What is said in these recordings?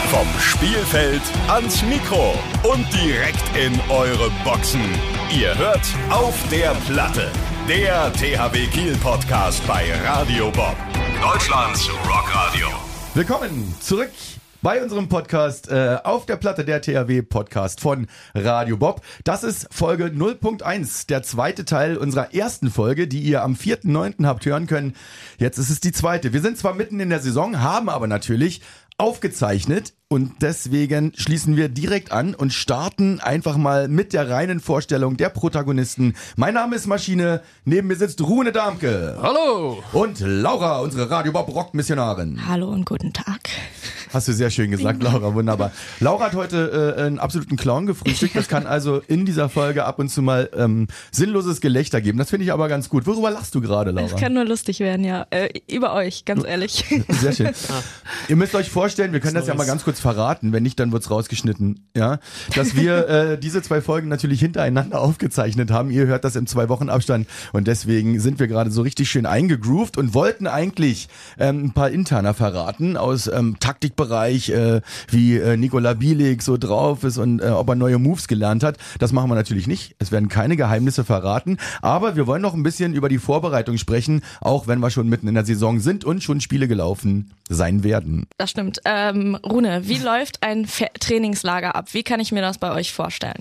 Vom Spielfeld ans Mikro und direkt in eure Boxen. Ihr hört Auf der Platte, der THW Kiel Podcast bei Radio Bob, Deutschlands Rockradio. Willkommen zurück bei unserem Podcast Auf der Platte, der THW Podcast von Radio Bob. Das ist Folge 0.1, der zweite Teil unserer ersten Folge, die ihr am 4.9. habt hören können. Jetzt ist es die zweite. Wir sind zwar mitten in der Saison, haben aber natürlich aufgezeichnet und deswegen schließen wir direkt an und starten einfach mal mit der reinen Vorstellung der Protagonisten. Mein Name ist Maschine, neben mir sitzt Rune Darmke. Hallo! Und Laura, unsere Radio Bob Rock-Missionarin. Hallo und guten Tag. Hast du sehr schön gesagt, Laura, wunderbar. Laura hat heute einen absoluten Clown gefrühstückt. Das kann also in dieser Folge ab und zu mal sinnloses Gelächter geben. Das finde ich aber ganz gut. Worüber lachst du gerade, Laura? Es kann nur lustig werden, ja. Über euch, ganz ehrlich. Sehr schön. Ihr müsst euch vorstellen, wir können das ja mal ganz kurz verraten. Wenn nicht, dann wird's rausgeschnitten. Ja, dass wir diese zwei Folgen natürlich hintereinander aufgezeichnet haben. Ihr hört das im 2-Wochen-Abstand und deswegen sind wir gerade so richtig schön eingegroovt und wollten eigentlich ein paar Interner verraten aus Taktikbereich, wie Nikola Bielik so drauf ist und ob er neue Moves gelernt hat. Das machen wir natürlich nicht. Es werden keine Geheimnisse verraten, aber wir wollen noch ein bisschen über die Vorbereitung sprechen, auch wenn wir schon mitten in der Saison sind und schon Spiele gelaufen sein werden. Das stimmt. Rune, wie läuft ein Trainingslager ab? Wie kann ich mir das bei euch vorstellen?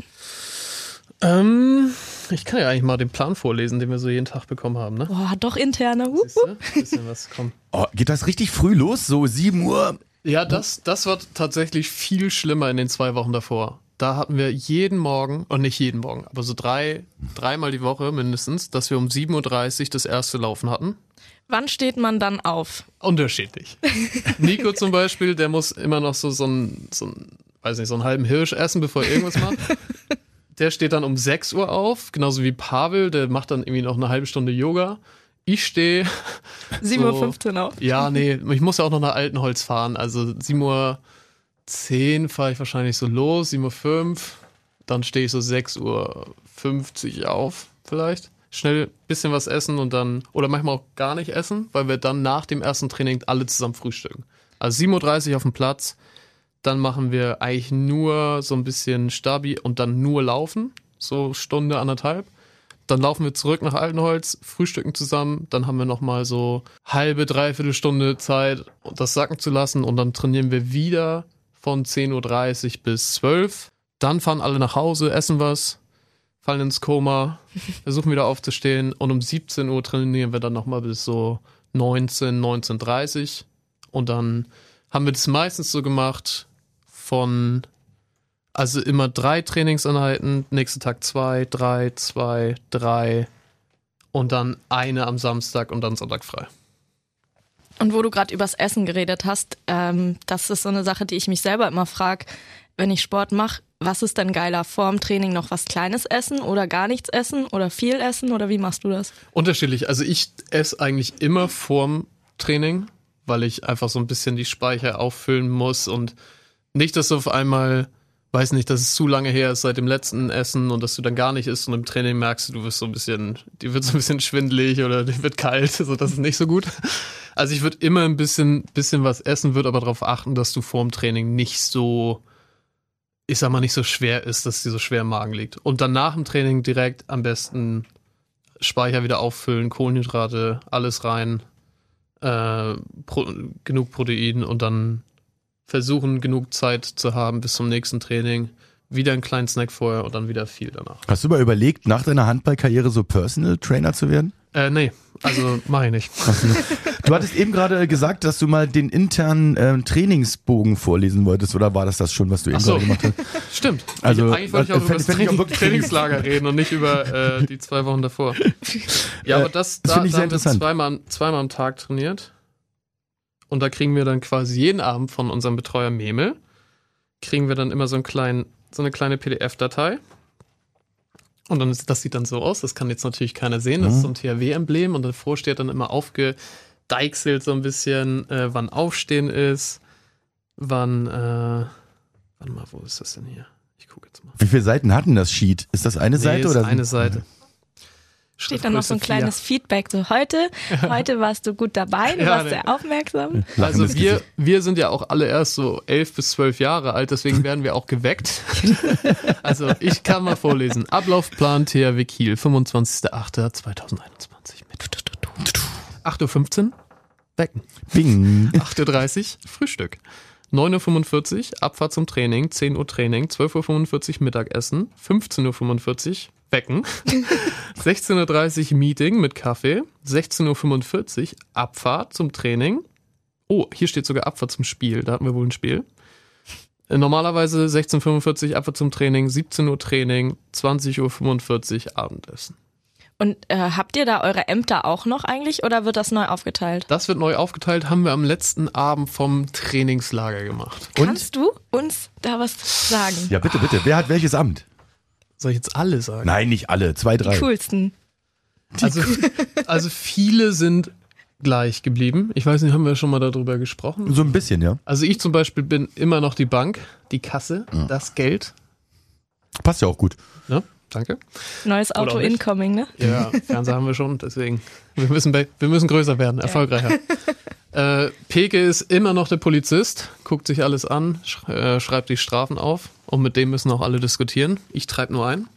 Ich kann ja eigentlich mal den Plan vorlesen, den wir so jeden Tag bekommen haben, ne? Boah, doch interne. Siehste? Bisschen was kommt. Oh, geht das richtig früh los? So 7 Uhr? Ja, das war tatsächlich viel schlimmer in den 2 Wochen davor. Da hatten wir jeden Morgen, und nicht jeden Morgen, aber so dreimal die Woche mindestens, dass wir um 7.30 Uhr das erste Laufen hatten. Wann steht man dann auf? Unterschiedlich. Nico zum Beispiel, der muss immer noch so einen halben Hirsch essen, bevor er irgendwas macht. Der steht dann um 6 Uhr auf, genauso wie Pavel, der macht dann irgendwie noch eine halbe Stunde Yoga. Ich stehe 7.15 Uhr auf. Ja, nee, ich muss ja auch noch nach Altenholz fahren, also 7.10 Uhr fahre ich wahrscheinlich so los, 7.05 Uhr, dann stehe ich so 6.50 Uhr auf vielleicht. Schnell ein bisschen was essen und dann, oder manchmal auch gar nicht essen, weil wir dann nach dem ersten Training alle zusammen frühstücken. Also 7.30 Uhr auf dem Platz, dann machen wir eigentlich nur so ein bisschen Stabi und dann nur laufen, so Stunde, anderthalb. Dann laufen wir zurück nach Altenholz, frühstücken zusammen, dann haben wir nochmal so halbe, dreiviertel Stunde Zeit, das sacken zu lassen und dann trainieren wir wieder von 10.30 Uhr bis 12 Uhr. Dann fahren alle nach Hause, essen was, fallen ins Koma, versuchen wieder aufzustehen und um 17 Uhr trainieren wir dann nochmal bis so 19:30 Uhr und dann haben wir das meistens so gemacht also immer 3 Trainingseinheiten, nächsten Tag 2, 3, 2, 3 und dann eine am Samstag und dann Sonntag frei. Und wo du gerade übers Essen geredet hast, das ist so eine Sache, die ich mich selber immer frage, wenn ich Sport mache, was ist denn geiler, vorm Training noch was Kleines essen oder gar nichts essen oder viel essen oder wie machst du das? Unterschiedlich, also ich esse eigentlich immer vorm Training, weil ich einfach so ein bisschen die Speicher auffüllen muss und nicht, dass du auf einmal, weiß nicht, dass es zu lange her ist seit dem letzten Essen und dass du dann gar nicht isst und im Training merkst du wirst die wird so ein bisschen schwindelig oder die wird kalt, so das ist nicht so gut. Also ich würde immer ein bisschen was essen, würde aber darauf achten, dass du vorm Training nicht so, ich sag mal, nicht so schwer ist, dass dir so schwer im Magen liegt. Und dann nach dem Training direkt am besten Speicher wieder auffüllen, Kohlenhydrate, alles rein, genug Protein und dann versuchen, genug Zeit zu haben bis zum nächsten Training. Wieder einen kleinen Snack vorher und dann wieder viel danach. Hast du mal überlegt, nach deiner Handballkarriere so Personal Trainer zu werden? Nee, also mach ich nicht. Du hattest eben gerade gesagt, dass du mal den internen Trainingsbogen vorlesen wolltest, oder war das schon, was du eben gerade gemacht hast? Stimmt. Also, eigentlich wollte ich auch über das Trainingslager reden und nicht über die 2 Wochen davor. Ja, aber da finde ich sehr haben wir interessant. zweimal am Tag trainiert. Und da kriegen wir dann quasi jeden Abend von unserem Betreuer Memel, kriegen wir dann immer so eine kleine PDF-Datei. Und dann das sieht dann so aus, das kann jetzt natürlich keiner sehen, das ist so ein THW-Emblem und davor steht dann immer aufgedeichselt so ein bisschen, wann Aufstehen ist, warte mal, wo ist das denn hier? Ich gucke jetzt mal. Wie viele Seiten hatten das Sheet? Ist das eine Seite? Ist oder? eine Seite. Steht dann noch so ein kleines Feedback, so heute warst du gut dabei, du warst sehr aufmerksam. Also wir sind ja auch alle erst so 11 bis 12 Jahre alt, deswegen werden wir auch geweckt. Also ich kann mal vorlesen. Ablaufplan THW Kiel, 25.08.2021. Mit 8:15 Uhr, wecken. Bing. 8:30 Uhr, Frühstück. 9:45 Uhr, Abfahrt zum Training, 10 Uhr Training, 12:45 Uhr Mittagessen, 15:45 Uhr, wecken. 16:30 Uhr Meeting mit Kaffee, 16:45 Uhr Abfahrt zum Training. Oh, hier steht sogar Abfahrt zum Spiel, da hatten wir wohl ein Spiel. Normalerweise 16:45 Uhr Abfahrt zum Training, 17 Uhr Training, 20:45 Uhr Abendessen. Und habt ihr da eure Ämter auch noch eigentlich oder wird das neu aufgeteilt? Das wird neu aufgeteilt, haben wir am letzten Abend vom Trainingslager gemacht. Und? Kannst du uns da was sagen? Ja, bitte. Wer hat welches Amt? Soll ich jetzt alle sagen? Nein, nicht alle. 2, 3. Die coolsten. Also viele sind gleich geblieben. Ich weiß nicht, haben wir schon mal darüber gesprochen? So ein bisschen, ja. Also ich zum Beispiel bin immer noch die Bank, die Kasse, das Geld. Passt ja auch gut. Ja, danke. Neues Oder Auto auch nicht. incoming, ne? Ja, Fernseher haben wir schon, deswegen. Wir müssen größer werden, erfolgreicher. Peke ist immer noch der Polizist, guckt sich alles an, schreibt die Strafen auf und mit dem müssen auch alle diskutieren. Ich treibe nur ein.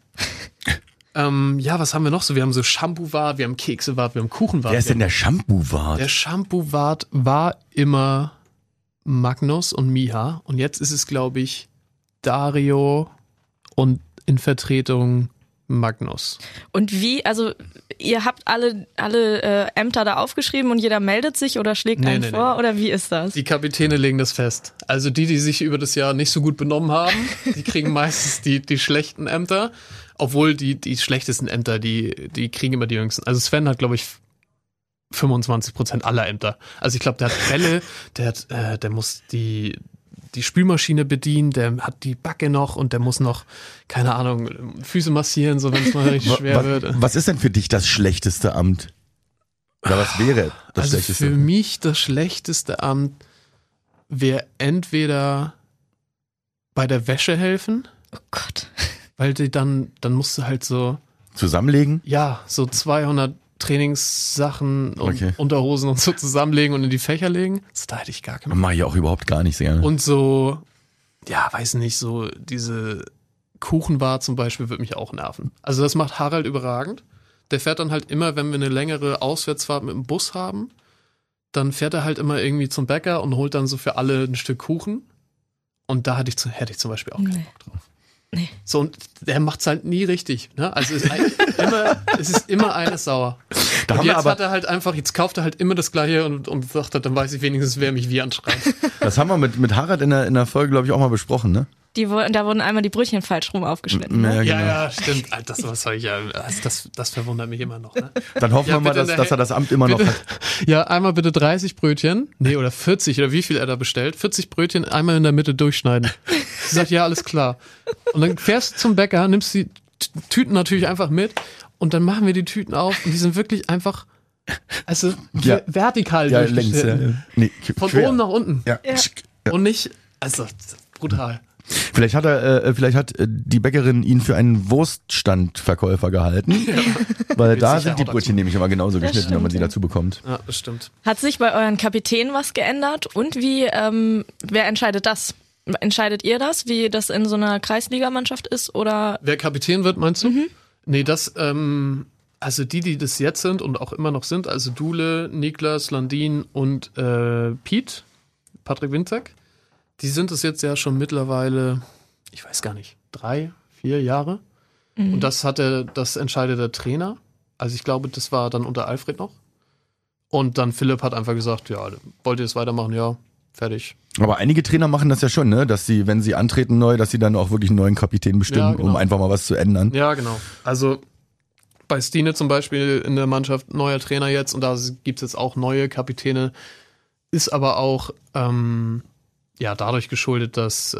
Ja, was haben wir noch so? Wir haben so Shampoo-Wart, wir haben Kekse-Wart, wir haben Kuchen-Wart. Wer ist denn der Shampoo-Wart? Der Shampoo-Wart war immer Magnus und Miha und jetzt ist es, glaube ich, Dario und in Vertretung Magnus. Und wie, also ihr habt alle Ämter da aufgeschrieben und jeder meldet sich oder schlägt einen vor oder wie ist das? Die Kapitäne legen das fest. Also die sich über das Jahr nicht so gut benommen haben, die kriegen meistens die schlechten Ämter, obwohl die schlechtesten Ämter, die kriegen immer die jüngsten. Also Sven hat, glaube ich, 25% aller Ämter. Also ich glaube, der hat Bälle, der muss die Spülmaschine bedienen, der hat die Backe noch und der muss noch, keine Ahnung, Füße massieren, so wenn es mal richtig schwer wird. Was ist denn für dich das schlechteste Amt? Oder was wäre das schlechteste? Für mich das schlechteste Amt wäre entweder bei der Wäsche helfen. Oh Gott. Weil dann musst du halt so Zusammenlegen? Ja, so 200 Trainingssachen und Unterhosen und so zusammenlegen und in die Fächer legen. Da hätte ich gar keinen. Mach ich auch überhaupt gar nicht sehr. Und so, ja, weiß nicht, so diese Kuchenbar zum Beispiel würde mich auch nerven. Also das macht Harald überragend. Der fährt dann halt immer, wenn wir eine längere Auswärtsfahrt mit dem Bus haben, dann fährt er halt immer irgendwie zum Bäcker und holt dann so für alle ein Stück Kuchen. Und da hätte ich zum Beispiel auch keinen Bock drauf. Nee. So, und der macht's halt nie richtig. Ne? Also es ist immer eines sauer. Jetzt kauft er halt immer das Gleiche und sagt halt, dann weiß ich wenigstens, wer mich wie anschreit. Das haben wir mit Harald in der Folge, glaube ich, auch mal besprochen, ne? Da wurden einmal die Brötchen falsch rum aufgeschnitten. Ne? Ja, genau. Ja, stimmt. Alter, das verwundert mich immer noch. Ne? Dann hoffen wir mal, dass er das Amt immer noch hat. Ja, einmal bitte 30 Brötchen. Nee, oder 40 oder wie viel er da bestellt. 40 Brötchen einmal in der Mitte durchschneiden. Sie sagt, ja, alles klar. Und dann fährst du zum Bäcker, nimmst die Tüten natürlich einfach mit und dann machen wir die Tüten auf und die sind wirklich einfach, also vertikal durchgeschnitten. Nee, von quer. oben nach unten. Ja. Und nicht, also brutal. Vielleicht hat die Bäckerin ihn für einen Wurststandverkäufer gehalten, weil da sind die Brötchen nämlich immer genauso geschnitten, wenn man sie dazu bekommt. Ja, das stimmt. Hat sich bei euren Kapitänen was geändert und wer entscheidet das? Entscheidet ihr das, wie das in so einer Kreisligamannschaft ist oder? Wer Kapitän wird, meinst du? Nee, also die das jetzt sind und auch immer noch sind, also Dule, Niklas, Landin und Patrick Winzek, die sind es jetzt ja schon mittlerweile, ich weiß gar nicht, 3, 4 Jahre. Und das entscheidet der Trainer. Also ich glaube, das war dann unter Alfred noch. Und dann Philipp hat einfach gesagt, ja, wollt ihr es weitermachen? Ja, fertig. Aber einige Trainer machen das ja schon, ne? Dass sie, wenn sie antreten neu, dass sie dann auch wirklich einen neuen Kapitän bestimmen, Ja, genau. um einfach mal was zu ändern. Ja, genau. Also bei Stine zum Beispiel in der Mannschaft neuer Trainer jetzt und da gibt es jetzt auch neue Kapitäne. Ist aber auch dadurch geschuldet, dass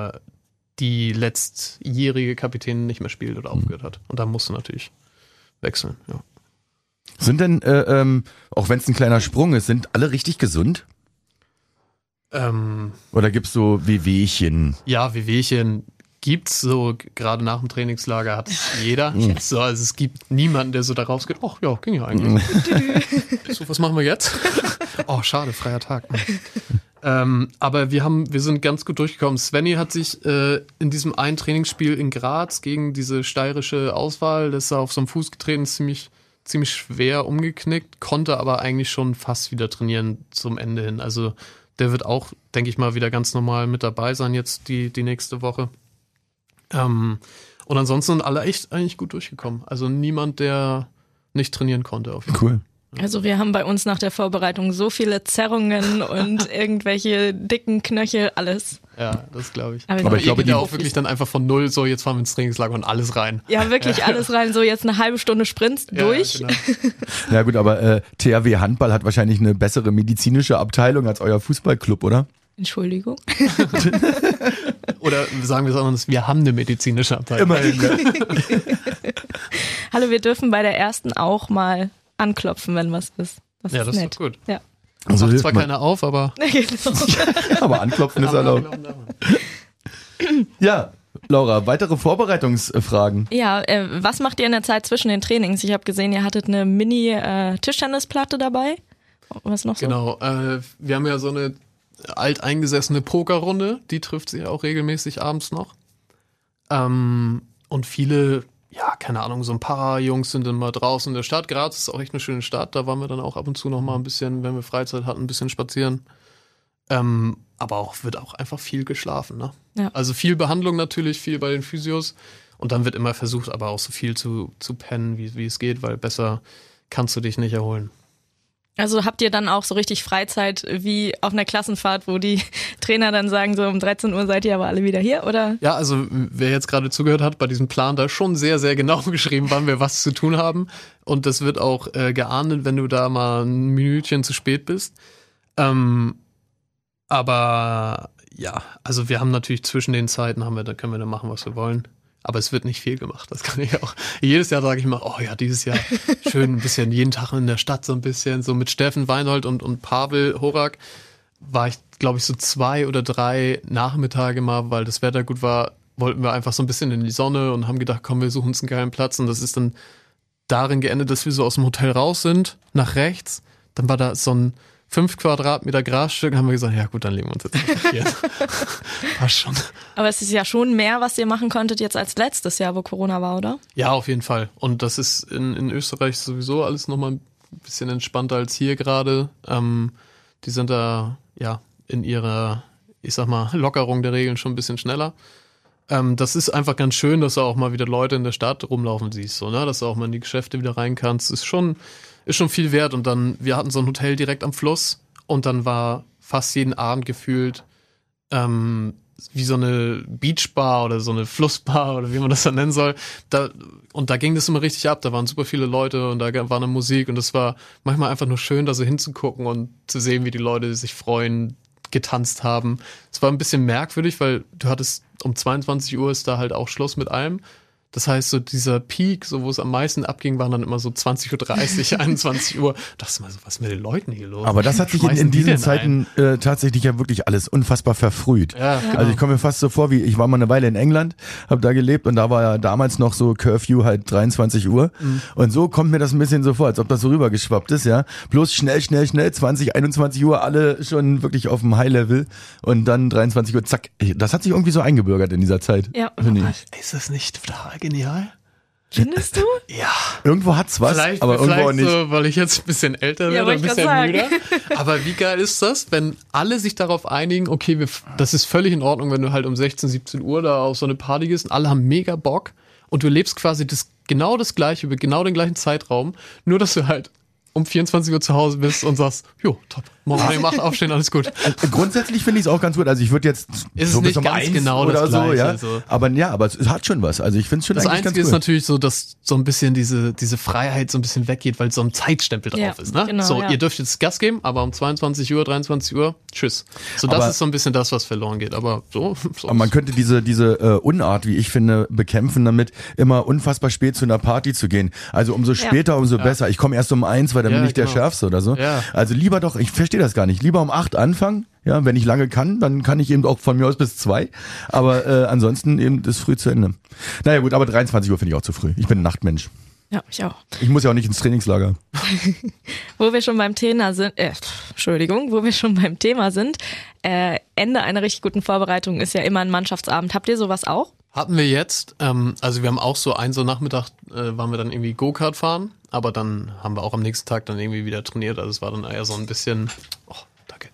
die letztjährige Kapitänin nicht mehr spielt oder aufgehört hat. Und da musst du natürlich wechseln, ja. Sind denn, auch wenn es ein kleiner Sprung ist, sind alle richtig gesund? Oder gibt's so Wehwehchen? Ja, Wehwehchen gibt's so, gerade nach dem Trainingslager hat es jeder. So, also es gibt niemanden, der so da rausgeht, ach ja, ging ja eigentlich. So, was machen wir jetzt? Oh, schade, freier Tag. Aber wir sind ganz gut durchgekommen. Svenny hat sich in diesem einen Trainingsspiel in Graz gegen diese steirische Auswahl, das ist auf so einem Fuß getreten, ziemlich schwer umgeknickt, konnte aber eigentlich schon fast wieder trainieren zum Ende hin. Also der wird auch, denke ich mal, wieder ganz normal mit dabei sein jetzt die nächste Woche. Und ansonsten sind alle echt eigentlich gut durchgekommen. Also niemand, der nicht trainieren konnte. Auf jeden Fall. Cool. Also wir haben bei uns nach der Vorbereitung so viele Zerrungen und irgendwelche dicken Knöchel, alles. Ja, das glaube ich. Aber ich glaube, die auch wirklich dann einfach von null, so jetzt fahren wir ins Trainingslager und alles rein. Ja, wirklich alles rein, so jetzt eine halbe Stunde Sprint durch. Genau. Ja gut, aber THW Handball hat wahrscheinlich eine bessere medizinische Abteilung als euer Fußballclub, oder? Entschuldigung. Oder sagen wir es anders, wir haben eine medizinische Abteilung. Immerhin. Hallo, wir dürfen bei der ersten auch mal anklopfen, wenn was ist. Das Ja, ist das nett. ist doch gut. Ja. Also Macht hilft zwar man. keiner auf, aber Genau. Aber anklopfen ist erlaubt. Ja, Laura, weitere Vorbereitungsfragen. Ja, was macht ihr in der Zeit zwischen den Trainings? Ich habe gesehen, ihr hattet eine Mini-Tischtennisplatte dabei. Was noch so? Genau, wir haben ja so eine alteingesessene Pokerrunde, die trifft sich auch regelmäßig abends noch. Und viele, ja, keine Ahnung, so ein paar Jungs sind dann mal draußen in der Stadt. Graz ist auch echt eine schöne Stadt, da waren wir dann auch ab und zu noch mal ein bisschen, wenn wir Freizeit hatten, ein bisschen spazieren. Aber wird auch einfach viel geschlafen, ne? Ja. Also viel Behandlung natürlich, viel bei den Physios. Und dann wird immer versucht, aber auch so viel zu pennen, wie es geht, weil besser kannst du dich nicht erholen. Also habt ihr dann auch so richtig Freizeit wie auf einer Klassenfahrt, wo die Trainer dann sagen, so um 13 Uhr seid ihr aber alle wieder hier, oder? Ja, also wer jetzt gerade zugehört hat, bei diesem Plan da schon sehr, sehr genau geschrieben, wann wir was zu tun haben. Und das wird auch geahndet, wenn du da mal ein Minütchen zu spät bist. Aber ja, also wir haben natürlich zwischen den Zeiten, da können wir dann machen, was wir wollen. Aber es wird nicht viel gemacht, das kann ich auch. Jedes Jahr sage ich mal, oh ja, dieses Jahr schön ein bisschen jeden Tag in der Stadt so ein bisschen, so mit Steffen Weinhold und Pavel Horak war ich, glaube ich, so 2 oder 3 Nachmittage mal, weil das Wetter gut war, wollten wir einfach so ein bisschen in die Sonne und haben gedacht, komm, wir suchen uns einen geilen Platz. Und das ist dann darin geendet, dass wir so aus dem Hotel raus sind, nach rechts. Dann war da so ein 5 Quadratmeter Grasstück, haben wir gesagt, ja gut, dann legen wir uns jetzt einfach hier. Passt schon. Aber es ist ja schon mehr, was ihr machen konntet jetzt als letztes Jahr, wo Corona war, oder? Ja, auf jeden Fall. Und das ist in Österreich sowieso alles nochmal ein bisschen entspannter als hier gerade. Die sind da ja in ihrer, ich sag mal, Lockerung der Regeln schon ein bisschen schneller. Das ist einfach ganz schön, dass du auch mal wieder Leute in der Stadt rumlaufen siehst, so, ne? Dass du auch mal in die Geschäfte wieder rein kannst. Ist schon viel wert. Und dann, wir hatten so ein Hotel direkt am Fluss und dann war fast jeden Abend gefühlt wie so eine Beachbar oder so eine Flussbar oder wie man das dann nennen soll. Und da ging das immer richtig ab. Da waren super viele Leute und da war eine Musik und das war manchmal einfach nur schön, da so hinzugucken und zu sehen, wie die Leute sich freuen, getanzt haben. Es war ein bisschen merkwürdig, weil du hattest um 22 Uhr ist da halt auch Schluss mit allem. Das heißt, so dieser Peak, so wo es am meisten abging, waren dann immer so 20.30 Uhr, 21 Uhr. Das ist mal so, was ist mit den Leuten hier los? Aber das hat sich in diesen Zeiten tatsächlich ja wirklich alles unfassbar verfrüht. Ja, genau. Also ich komme mir fast so vor, wie ich war mal eine Weile in England, habe da gelebt und da war ja damals noch so Curfew halt 23 Uhr. Und so kommt mir das ein bisschen so vor, als ob das so rübergeschwappt ist, ja. Bloß schnell, 20, 21 Uhr, alle schon wirklich auf dem High-Level und dann 23 Uhr, zack. Das hat sich irgendwie so eingebürgert in dieser Zeit. Ja. Finde ich. Ist das nicht total genial? Findest du? Ja. Irgendwo hat's was, aber irgendwo auch nicht. So, weil ich jetzt ein bisschen älter Ja, werde, ein wollte ich bisschen grad müder. Aber wie geil ist das, wenn alle sich darauf einigen, okay, das ist völlig in Ordnung, wenn du halt um 16, 17 Uhr da auf so eine Party gehst und alle haben mega Bock und du lebst quasi genau das Gleiche, über genau den gleichen Zeitraum, nur dass du halt um 24 Uhr zu Hause bist und sagst, jo, top, morgen um 8 aufstehen, alles gut. Grundsätzlich finde ich es auch ganz gut. Also ich würde jetzt Ist so es bis nicht um ganz 1 genau oder das so, Gleiche, ja. also. Aber es hat schon was. Also ich finde es schon Das eigentlich ganz Einzige cool. ist natürlich so, dass so ein bisschen diese Freiheit so ein bisschen weggeht, weil so ein Zeitstempel drauf Ja, ist. Ne? genau, so, ja. ihr dürft jetzt Gas geben, aber um 22 Uhr, 23 Uhr, tschüss. So, das Aber- ist so ein bisschen das, was verloren geht. Aber so. Aber man könnte diese Unart, wie ich finde, bekämpfen damit, immer unfassbar spät zu einer Party zu gehen. Also umso später, umso besser. Ich komme erst um 1, weil dann Ja, bin ich der genau. Schärfste oder so. Ja. Also lieber doch, ich verstehe das gar nicht, lieber um 8 anfangen, Ja, wenn ich lange kann, dann kann ich eben auch von mir aus bis 2. Aber ansonsten eben ist früh zu Ende. Naja gut, aber 23 Uhr finde ich auch zu früh. Ich bin ein Nachtmensch. Ja, ich auch. Ich muss ja auch nicht ins Trainingslager. Wo wir schon beim Thema sind, Ende einer richtig guten Vorbereitung ist ja immer ein Mannschaftsabend. Habt ihr sowas auch? Hatten wir jetzt, also wir haben auch so Nachmittag, waren wir dann irgendwie Go-Kart fahren, aber dann haben wir auch am nächsten Tag dann irgendwie wieder trainiert, also es war dann eher so ein bisschen, danke.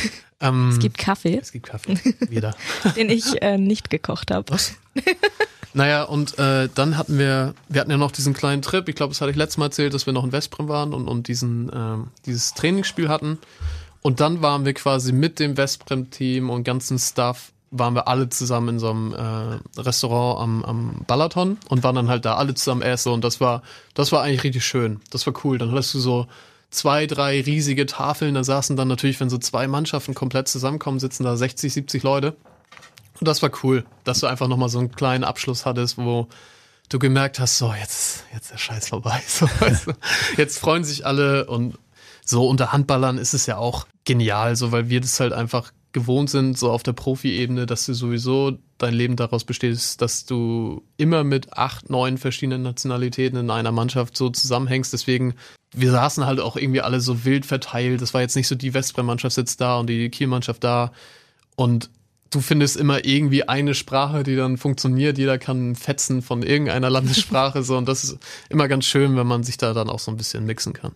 Es gibt Kaffee. Es gibt Kaffee, wieder. Den ich nicht gekocht habe. Was? Naja, und dann hatten wir hatten ja noch diesen kleinen Trip, ich glaube, das hatte ich letztes Mal erzählt, dass wir noch in Veszprém waren und dieses Trainingsspiel hatten. Und dann waren wir quasi mit dem Veszprém-Team und ganzen Staff, waren wir alle zusammen in so einem Restaurant am Balaton und waren dann halt da alle zusammen essen und das war eigentlich richtig schön. Das war cool. Dann hattest du so 2, 3 riesige Tafeln, da saßen dann natürlich, wenn so 2 Mannschaften komplett zusammenkommen, sitzen da 60, 70 Leute. Und das war cool, dass du einfach nochmal so einen kleinen Abschluss hattest, wo du gemerkt hast, so, jetzt ist der Scheiß vorbei. So, weißt du? Jetzt freuen sich alle und so unter Handballern ist es ja auch genial, so, weil wir das halt einfach gewohnt sind, so auf der Profi-Ebene, dass du sowieso dein Leben daraus besteht, dass du immer mit 8, 9 verschiedenen Nationalitäten in einer Mannschaft so zusammenhängst. Deswegen, wir saßen halt auch irgendwie alle so wild verteilt. Das war jetzt nicht so, die Veszprém-Mannschaft sitzt da und die Kiel-Mannschaft da. Und du findest immer irgendwie eine Sprache, die dann funktioniert. Jeder kann fetzen von irgendeiner Landessprache. So. Und das ist immer ganz schön, wenn man sich da dann auch so ein bisschen mixen kann.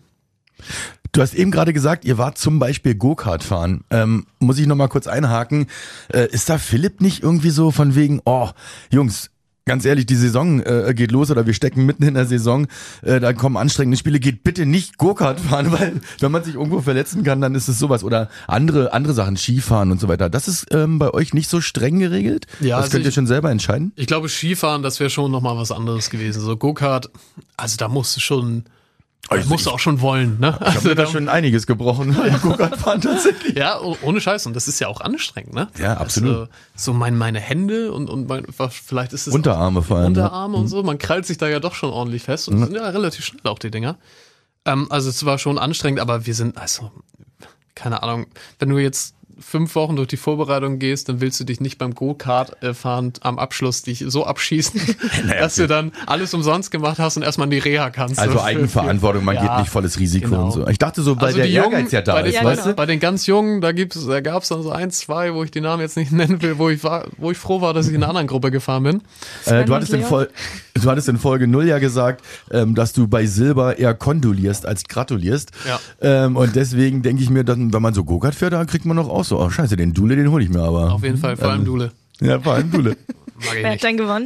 Du hast eben gerade gesagt, ihr wart zum Beispiel Go-Kart fahren. Muss ich noch mal kurz einhaken. Ist da Philipp nicht irgendwie so von wegen, Jungs, ganz ehrlich, die Saison geht los oder wir stecken mitten in der Saison, da kommen anstrengende Spiele, geht bitte nicht Go-Kart fahren, weil wenn man sich irgendwo verletzen kann, dann ist es sowas. Oder andere Sachen, Skifahren und so weiter. Das ist bei euch nicht so streng geregelt? Ja, das also könnt ihr schon selber entscheiden? Ich glaube, Skifahren, das wäre schon nochmal was anderes gewesen. So Go-Kart, also da musst du schon... musst du auch schon wollen, ne? Ich habe da schon einiges gebrochen beim Go-Kart-Fahren tatsächlich. Ja, ohne Scheiß. Und das ist ja auch anstrengend, ne? Ja, absolut. Also, so meine Hände und vielleicht ist es Unterarme vor allem. Unterarme und so. Man krallt sich da ja doch schon ordentlich fest. Und sind ja relativ schnell auch die Dinger. Also es war schon anstrengend, aber wir sind, also, keine Ahnung, wenn du jetzt 5 Wochen durch die Vorbereitung gehst, dann willst du dich nicht beim Go-Kart-Fahren am Abschluss dich so abschießen, dass du dann alles umsonst gemacht hast und erstmal in die Reha kannst. Also Eigenverantwortung, man geht nicht volles Risiko und so. Ich dachte so, weil also der Ehrgeiz ja da ist, weißt du? Bei den ganz Jungen, da gab's dann so 1, 2, wo ich die Namen jetzt nicht nennen will, wo ich froh war, dass ich in einer anderen Gruppe gefahren bin. Du hattest in Folge 0 ja gesagt, dass du bei Silber eher kondolierst als gratulierst. Ja. Und deswegen denke ich mir, wenn man so Go-Kart fährt, dann kriegt man noch auch so, scheiße, den Dule, den hole ich mir aber. Auf jeden Fall, vor allem Dule. Ja, vor allem Dule. Wer hat dann gewonnen?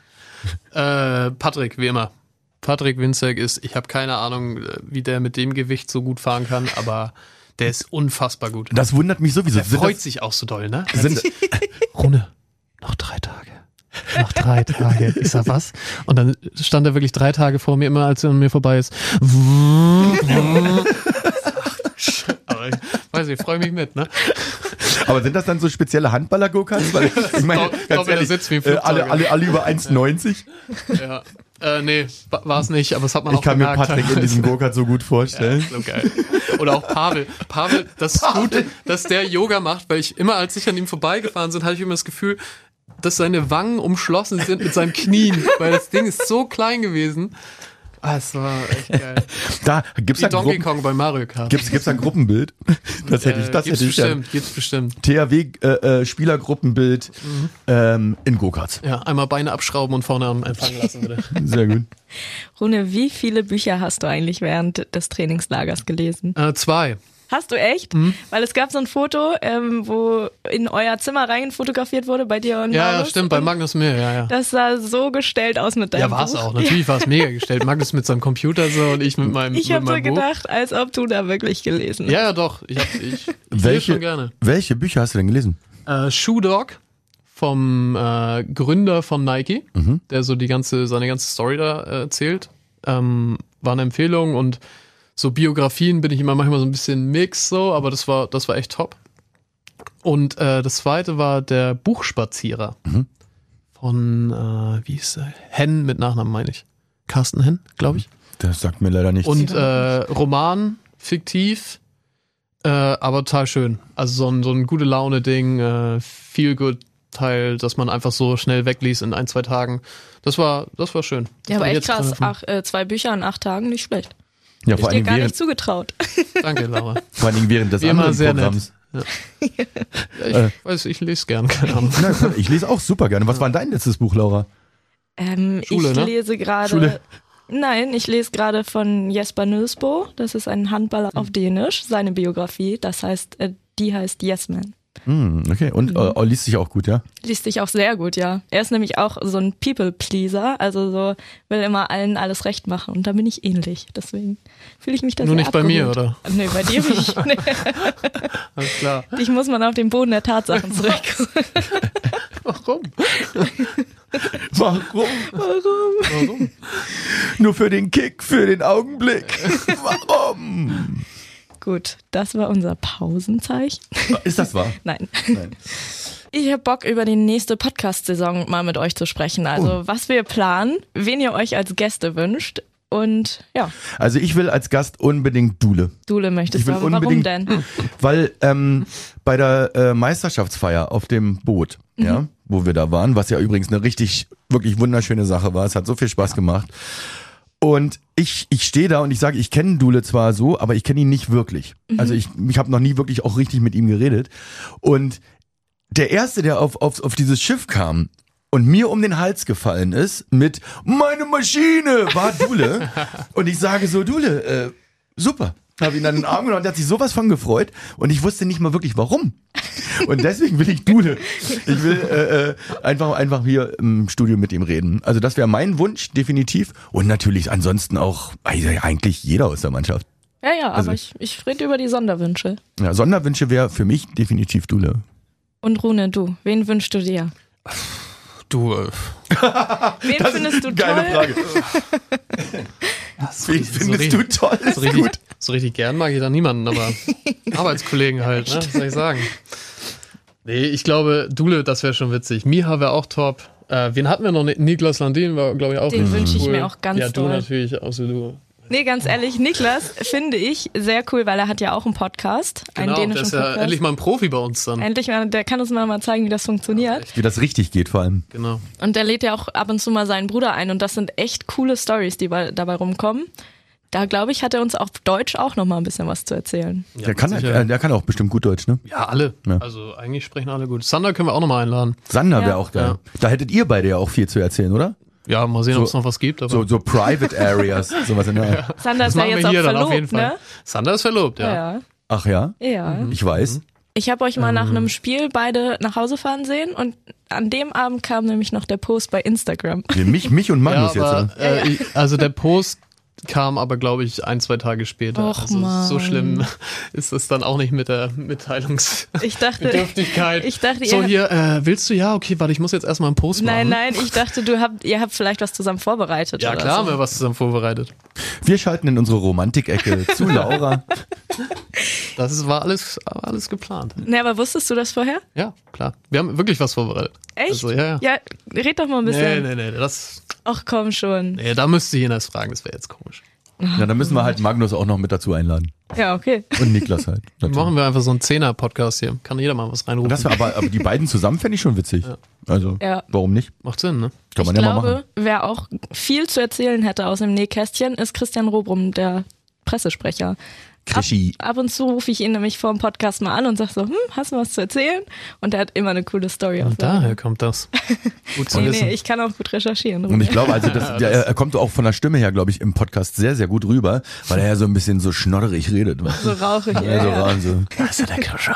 Patrick, wie immer. Patrick Winzek ich habe keine Ahnung, wie der mit dem Gewicht so gut fahren kann, aber der ist unfassbar gut. Das wundert mich sowieso. Der freut sich auch so doll, ne? Rune, noch 3 Tage. Noch 3 Tage. Ich sag, was? Und dann stand er wirklich 3 Tage vor mir, immer als er an mir vorbei ist. Aber ich weiß nicht, ich freue mich mit, ne? Aber sind das dann so spezielle Handballer-Go-Karts? Weil ich meine, ganz ehrlich, alle über 1,90? Ja. Nee, war es nicht, aber das hat man auch gemerkt. Ich kann mir Patrick in diesem Go-Kart so gut vorstellen. Ja, so geil. Oder auch Pavel. Pavel, das ist gut, dass der Yoga macht, weil als ich an ihm vorbeigefahren bin, hatte ich immer das Gefühl, dass seine Wangen umschlossen sind mit seinen Knien, weil das Ding ist so klein gewesen. Das war echt geil. Da gibt's wie Donkey Kong bei Mario Kart. Gibt's ein Gruppenbild? Das hätte ich Gibt's bestimmt. THW Spielergruppenbild in Go-Karts. Ja, einmal Beine abschrauben und vorne am empfangen lassen, bitte. Sehr gut. Rune, wie viele Bücher hast du eigentlich während des Trainingslagers gelesen? 2. Hast du echt? Weil es gab so ein Foto, wo in euer Zimmer rein fotografiert wurde, bei dir und Ja, Magnus. Stimmt, bei Magnus mir, ja. Das sah so gestellt aus mit deinem Buch. Ja, war es auch. Natürlich war es mega gestellt. Magnus mit seinem Computer so und ich mit meinem Buch. Ich habe so gedacht, als ob du da wirklich gelesen hast. Ja, doch. Ich lese schon gerne. Welche Bücher hast du denn gelesen? Shoe Dog vom Gründer von Nike, der so seine ganze Story da erzählt. War eine Empfehlung und so Biografien bin ich immer manchmal so ein bisschen mix so, aber das war echt top. Und das zweite war der Buchspazierer von, wie hieß er? Henn mit Nachnamen meine ich. Carsten Henn, glaube ich. Das sagt mir leider nichts. Und Roman, fiktiv, aber total schön. Also so ein gute Laune-Ding, Feel-Good-Teil, dass man einfach so schnell wegliest in 1-2 Tagen. Das war schön. Ja, aber Und echt jetzt krass. 2 Bücher in 8 Tagen, nicht schlecht. Ja, Ich dir gar nicht zugetraut. Danke, Laura. vor allen Dingen während des Wie immer anderen sehr Programms. nett. Ja, ich lese gern, keine Ahnung. Na, ich lese auch super gerne. Was war denn dein letztes Buch, Laura? Schule, ich ne? lese gerade. Schule. Nein, ich lese gerade von Jesper Nilsbo. Das ist ein Handballer auf Dänisch, seine Biografie. Das heißt, die heißt Yes Man. Okay, und liest sich auch gut, ja? Liest sich auch sehr gut, ja. Er ist nämlich auch so ein People-Pleaser, also so will immer allen alles recht machen und da bin ich ähnlich. Deswegen fühle ich mich da Nur sehr nicht bei mir, abgeholt. oder? Nee, bei dir nicht. Nee. Alles klar. Dich muss man auf den Boden der Tatsachen zurückholen. Warum? Warum? Nur für den Kick, für den Augenblick. Warum? Gut, das war unser Pausenzeichen. Ist das wahr? Nein. Nein. Ich habe Bock, über die nächste Podcast-Saison mal mit euch zu sprechen. Also was wir planen, wen ihr euch als Gäste wünscht. Und ja, Also ich will als Gast unbedingt Dule. Dule möchtest Ich will du. Warum unbedingt- denn? Weil bei der Meisterschaftsfeier auf dem Boot, ja, wo wir da waren, was ja übrigens eine richtig, wirklich wunderschöne Sache war, es hat so viel Spaß gemacht. Und ich stehe da und ich sage, ich kenne Dule zwar so, aber ich kenne ihn nicht wirklich. Also ich habe noch nie wirklich auch richtig mit ihm geredet. Und der Erste, der auf dieses Schiff kam und mir um den Hals gefallen ist mit "Meine Maschine", war Dule. Und ich sage so, Dule, super. Habe ihn dann in den Arm genommen und der hat sich sowas von gefreut und ich wusste nicht mal wirklich warum. Und deswegen will ich Dule. Ich will einfach hier im Studio mit ihm reden. Also das wäre mein Wunsch, definitiv. Und natürlich ansonsten auch eigentlich jeder aus der Mannschaft. Ja, Also- aber ich rede über die Sonderwünsche. Ja, Sonderwünsche wäre für mich definitiv Dule. Und Rune, du, wen wünschst du dir? Du, Wen findest du Geile toll? Frage. Wen findest du toll? so richtig gern mag ich da niemanden, aber Arbeitskollegen halt, ne? Was soll ich sagen? Nee, ich glaube, Dule, das wäre schon witzig. Miha wäre auch top. Wen hatten wir noch? Niklas Landin war, glaube ich, auch Den richtig wünsche ich cool. mir auch ganz Ja, du doll. natürlich, auch so du. Nee, ganz ehrlich, Niklas finde ich sehr cool, weil er hat ja auch einen Podcast, einen Genau, der dänischen ist ja Podcast. endlich mal ein Profi bei uns dann. Endlich mal, der kann uns mal zeigen, wie das funktioniert. Wie das richtig geht vor allem. Genau. Und der lädt ja auch ab und zu mal seinen Bruder ein und das sind echt coole Stories, die dabei rumkommen. Da glaube ich, hat er uns auf Deutsch auch noch mal ein bisschen was zu erzählen. Ja, Der kann, sicher. der kann auch bestimmt gut Deutsch, ne? Ja, alle. Ja. Also eigentlich sprechen alle gut. Sander können wir auch nochmal einladen. Sander Ja. wäre auch geil. Ja. Da hättet ihr beide ja auch viel zu erzählen, oder? Ja, mal sehen, So- ob es noch was gibt. Aber So Private Areas, sowas in der Art. Sander das ist ja machen jetzt wir auch hier dann auf jeden verlobt, Fall. ne? Sander ist verlobt, ja. Ja. Ach ja? Ja. Ich weiß. Ich habe euch mal nach einem Spiel beide nach Hause fahren sehen und an dem Abend kam nämlich noch der Post bei Instagram. Nee, mich und Magnus Ja, aber, jetzt. also der Post kam aber, glaube ich, 1-2 Tage später. Och, also Mann. so schlimm ist es dann auch nicht mit der Mitteilungsbedürftigkeit. Ich dachte, so ihr hier, willst du? Ja, okay, warte, ich muss jetzt erstmal einen Post machen. Nein, ich dachte, ihr habt vielleicht was zusammen vorbereitet. Ja, oder klar haben so. wir was zusammen vorbereitet. Wir schalten in unsere Romantik-Ecke zu Laura. War alles geplant. Nee, aber wusstest du das vorher? Ja, klar. Wir haben wirklich was vorbereitet. Echt? Also, ja. Ja, red doch mal ein bisschen. Nee, Ach komm schon. da müsste Jenas fragen, das wäre jetzt komisch. Ja, dann müssen wir halt Magnus auch noch mit dazu einladen. Ja, okay. Und Niklas halt. Dann machen wir einfach so einen 10er-Podcast hier. Kann jeder mal was reinrufen. Das wär aber die beiden zusammen fände ich schon witzig. Also, Ja. warum nicht? Macht Sinn, ne? Kann man Ich ja mal glaube, machen. wer auch viel zu erzählen hätte aus dem Nähkästchen, ist Christian Robrum, der Pressesprecher. Krischi. Ab und zu rufe ich ihn nämlich vor dem Podcast mal an und sag so, hast du was zu erzählen? Und er hat immer eine coole Story auf Und daher kommt das. Gut zu wissen. Nee, ich kann auch gut recherchieren. Und ich glaube, also er kommt auch von der Stimme her, glaube ich, im Podcast sehr, sehr gut rüber, weil er ja so ein bisschen so schnodderig redet. so rauche ich. Ja, so rar und so. Da ist er, der Krishan.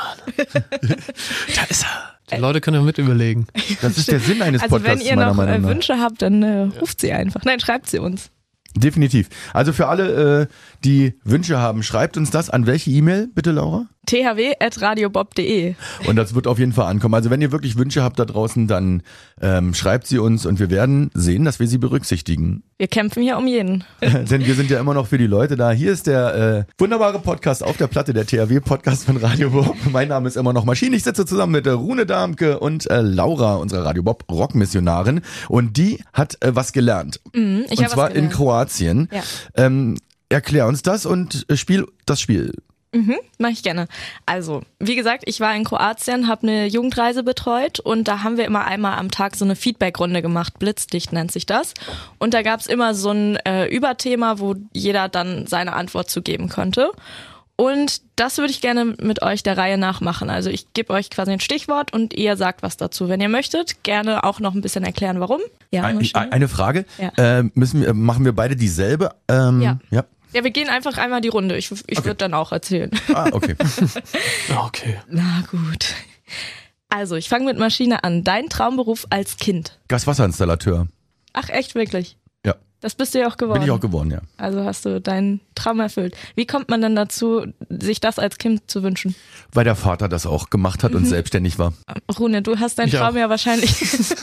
Da ist er. Die Leute können ja mit überlegen. Das ist der Sinn eines Also wenn Podcasts, ihr meiner noch Meinung nach. Wünsche habt, dann ruft sie einfach. Nein, schreibt sie uns. Definitiv. Also für alle, die Wünsche haben, schreibt uns das. An welche E-Mail, bitte, Laura? thw@radiobob.de. Und das wird auf jeden Fall ankommen. Also wenn ihr wirklich Wünsche habt da draußen, dann schreibt sie uns und wir werden sehen, dass wir sie berücksichtigen. Wir kämpfen hier um jeden. Denn wir sind ja immer noch für die Leute da. Hier ist der wunderbare Podcast auf der Platte, der THW-Podcast von Radio Bob. Mein Name ist immer noch Maschine. Ich sitze zusammen mit Rune Darmke und Laura, unserer Radio Bob Rockmissionarin. Und die hat was gelernt. Ich Und hab was zwar in gelernt. Kroatien. Ja. Erklär uns das und spiel das Spiel. Mach ich gerne. Also, wie gesagt, ich war in Kroatien, habe eine Jugendreise betreut und da haben wir immer einmal am Tag so eine Feedback-Runde gemacht, blitzdicht nennt sich das. Und da gab's immer so ein Überthema, wo jeder dann seine Antwort zu geben konnte. Und das würde ich gerne mit euch der Reihe nach machen. Also ich gebe euch quasi ein Stichwort und ihr sagt was dazu. Wenn ihr möchtet, gerne auch noch ein bisschen erklären, warum. Ja, eine Frage, Ja. Machen wir beide dieselbe? Ja. Ja. Ja, wir gehen einfach einmal die Runde. Ich würde dann auch erzählen. Okay. Okay. Na gut. Also, ich fange mit Maschine an. Dein Traumberuf als Kind? Gaswasserinstallateur. Ach, echt, wirklich? Ja. Das bist du ja auch geworden. Bin ich auch geworden, ja. Also hast du deinen Traum erfüllt. Wie kommt man denn dazu, sich das als Kind zu wünschen? Weil der Vater das auch gemacht hat und selbstständig war. Rune, du hast deinen Ich Traum auch. ja wahrscheinlich,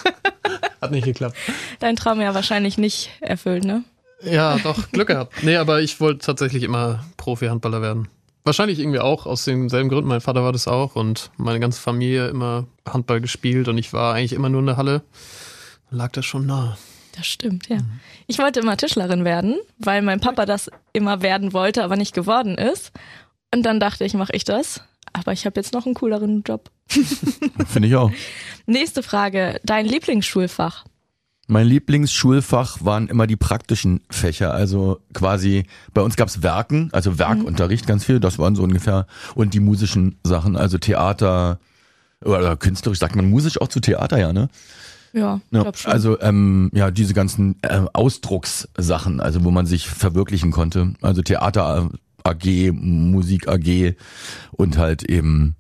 Hat nicht geklappt. deinen Traum ja wahrscheinlich nicht erfüllt, ne? Ja, doch, Glück gehabt. Nee, aber ich wollte tatsächlich immer Profi-Handballer werden. Wahrscheinlich irgendwie auch aus denselben Gründen. Mein Vater war das auch und meine ganze Familie immer Handball gespielt und ich war eigentlich immer nur in der Halle. Dann lag das schon nah. Das stimmt, ja. Ich wollte immer Tischlerin werden, weil mein Papa das immer werden wollte, aber nicht geworden ist. Und dann dachte ich, mache ich das. Aber ich habe jetzt noch einen cooleren Job. Finde ich auch. Nächste Frage. Dein Lieblingsschulfach? Mein Lieblingsschulfach waren immer die praktischen Fächer, also quasi, bei uns gab's Werken, also Werkunterricht ganz viel, das waren so ungefähr, und die musischen Sachen, also Theater, oder künstlerisch, sagt man musisch auch zu Theater, ja, ne? Ja, Ja, glaub schon. also diese ganzen Ausdruckssachen, also wo man sich verwirklichen konnte, also Theater AG, Musik AG und halt eben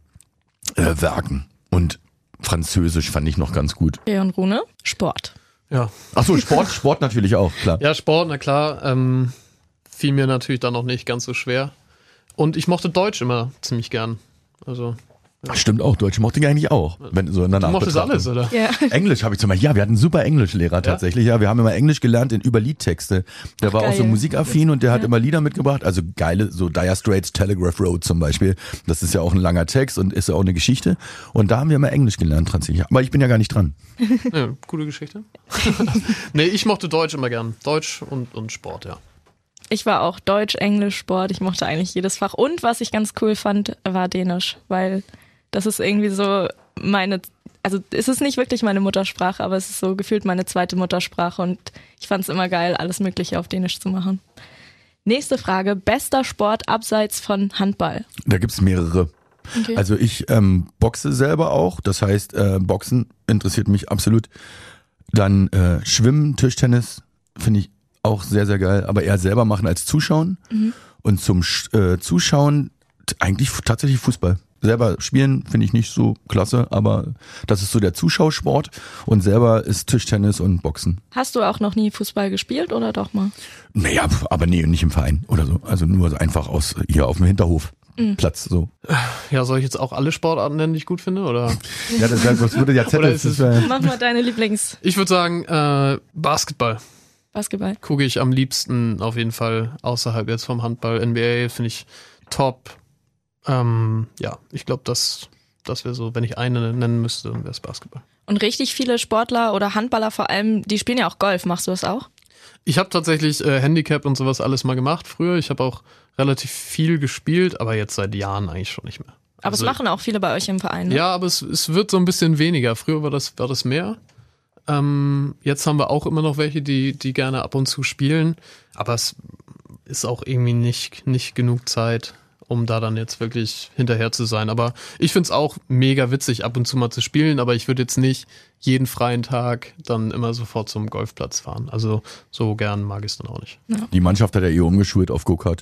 Werken und Französisch fand ich noch ganz gut. Okay, und Rune? Sport. Ja. Ach so, Sport natürlich auch, klar. Ja, Sport, na klar. Fiel mir natürlich dann noch nicht ganz so schwer. Und ich mochte Deutsch immer ziemlich gern. Also, Stimmt auch, Deutsch mochte ich eigentlich auch, wenn so in der du mochtest Nachbetrachtung. alles, oder? Ja. Englisch habe ich zum Beispiel, ja, wir hatten einen super Englischlehrer tatsächlich, ja, wir haben immer Englisch gelernt über Liedtexte. Der war auch so geil. musikaffin und der hat immer Lieder mitgebracht, also geile, so Dire Straits Telegraph Road zum Beispiel, das ist ja auch ein langer Text und ist ja auch eine Geschichte und da haben wir immer Englisch gelernt tatsächlich, aber ich bin ja gar nicht dran. Ja, coole Geschichte. Nee, ich mochte Deutsch immer gern. Deutsch und Sport, ja. Ich war auch Deutsch, Englisch, Sport. Ich mochte eigentlich jedes Fach. Und was ich ganz cool fand, war Dänisch, weil das ist irgendwie so also es ist nicht wirklich meine Muttersprache, aber es ist so gefühlt meine zweite Muttersprache und ich fand es immer geil, alles Mögliche auf Dänisch zu machen. Nächste Frage, bester Sport abseits von Handball? Da gibt's mehrere. Okay. Also ich boxe selber auch, das heißt Boxen interessiert mich absolut. Dann Schwimmen, Tischtennis finde ich auch sehr, sehr geil, aber eher selber machen als zuschauen. Und zum Zuschauen eigentlich tatsächlich Fußball. Selber spielen finde ich nicht so klasse, aber das ist so der Zuschausport und selber ist Tischtennis und Boxen. Hast du auch noch nie Fußball gespielt oder doch mal? Naja, aber nee, nicht im Verein oder so. Also nur einfach hier auf dem Hinterhof. Platz so. Ja, soll ich jetzt auch alle Sportarten nennen, die ich gut finde? Oder? Ja, das würde ja Oder ist es- Mach mal deine Lieblings Ich würde sagen, Basketball. Basketball. Gucke ich am liebsten auf jeden Fall außerhalb jetzt vom Handball. NBA finde ich top. Ja, ich glaube, das wäre so, wenn ich eine nennen müsste, dann wäre es Basketball. Und richtig viele Sportler oder Handballer vor allem, die spielen ja auch Golf. Machst du das auch? Ich habe tatsächlich Handicap und sowas alles mal gemacht früher. Ich habe auch relativ viel gespielt, aber jetzt seit Jahren eigentlich schon nicht mehr. Aber Also, es machen auch viele bei euch im Verein, ne? Ja, aber es wird so ein bisschen weniger. Früher war das mehr. Jetzt haben wir auch immer noch welche, die gerne ab und zu spielen. Aber es ist auch irgendwie nicht genug Zeit, um da dann jetzt wirklich hinterher zu sein. Aber ich find's auch mega witzig, ab und zu mal zu spielen. Aber ich würde jetzt nicht jeden freien Tag dann immer sofort zum Golfplatz fahren. Also so gern mag ich es dann auch nicht. Die Mannschaft hat ja umgeschult auf Go-Kart.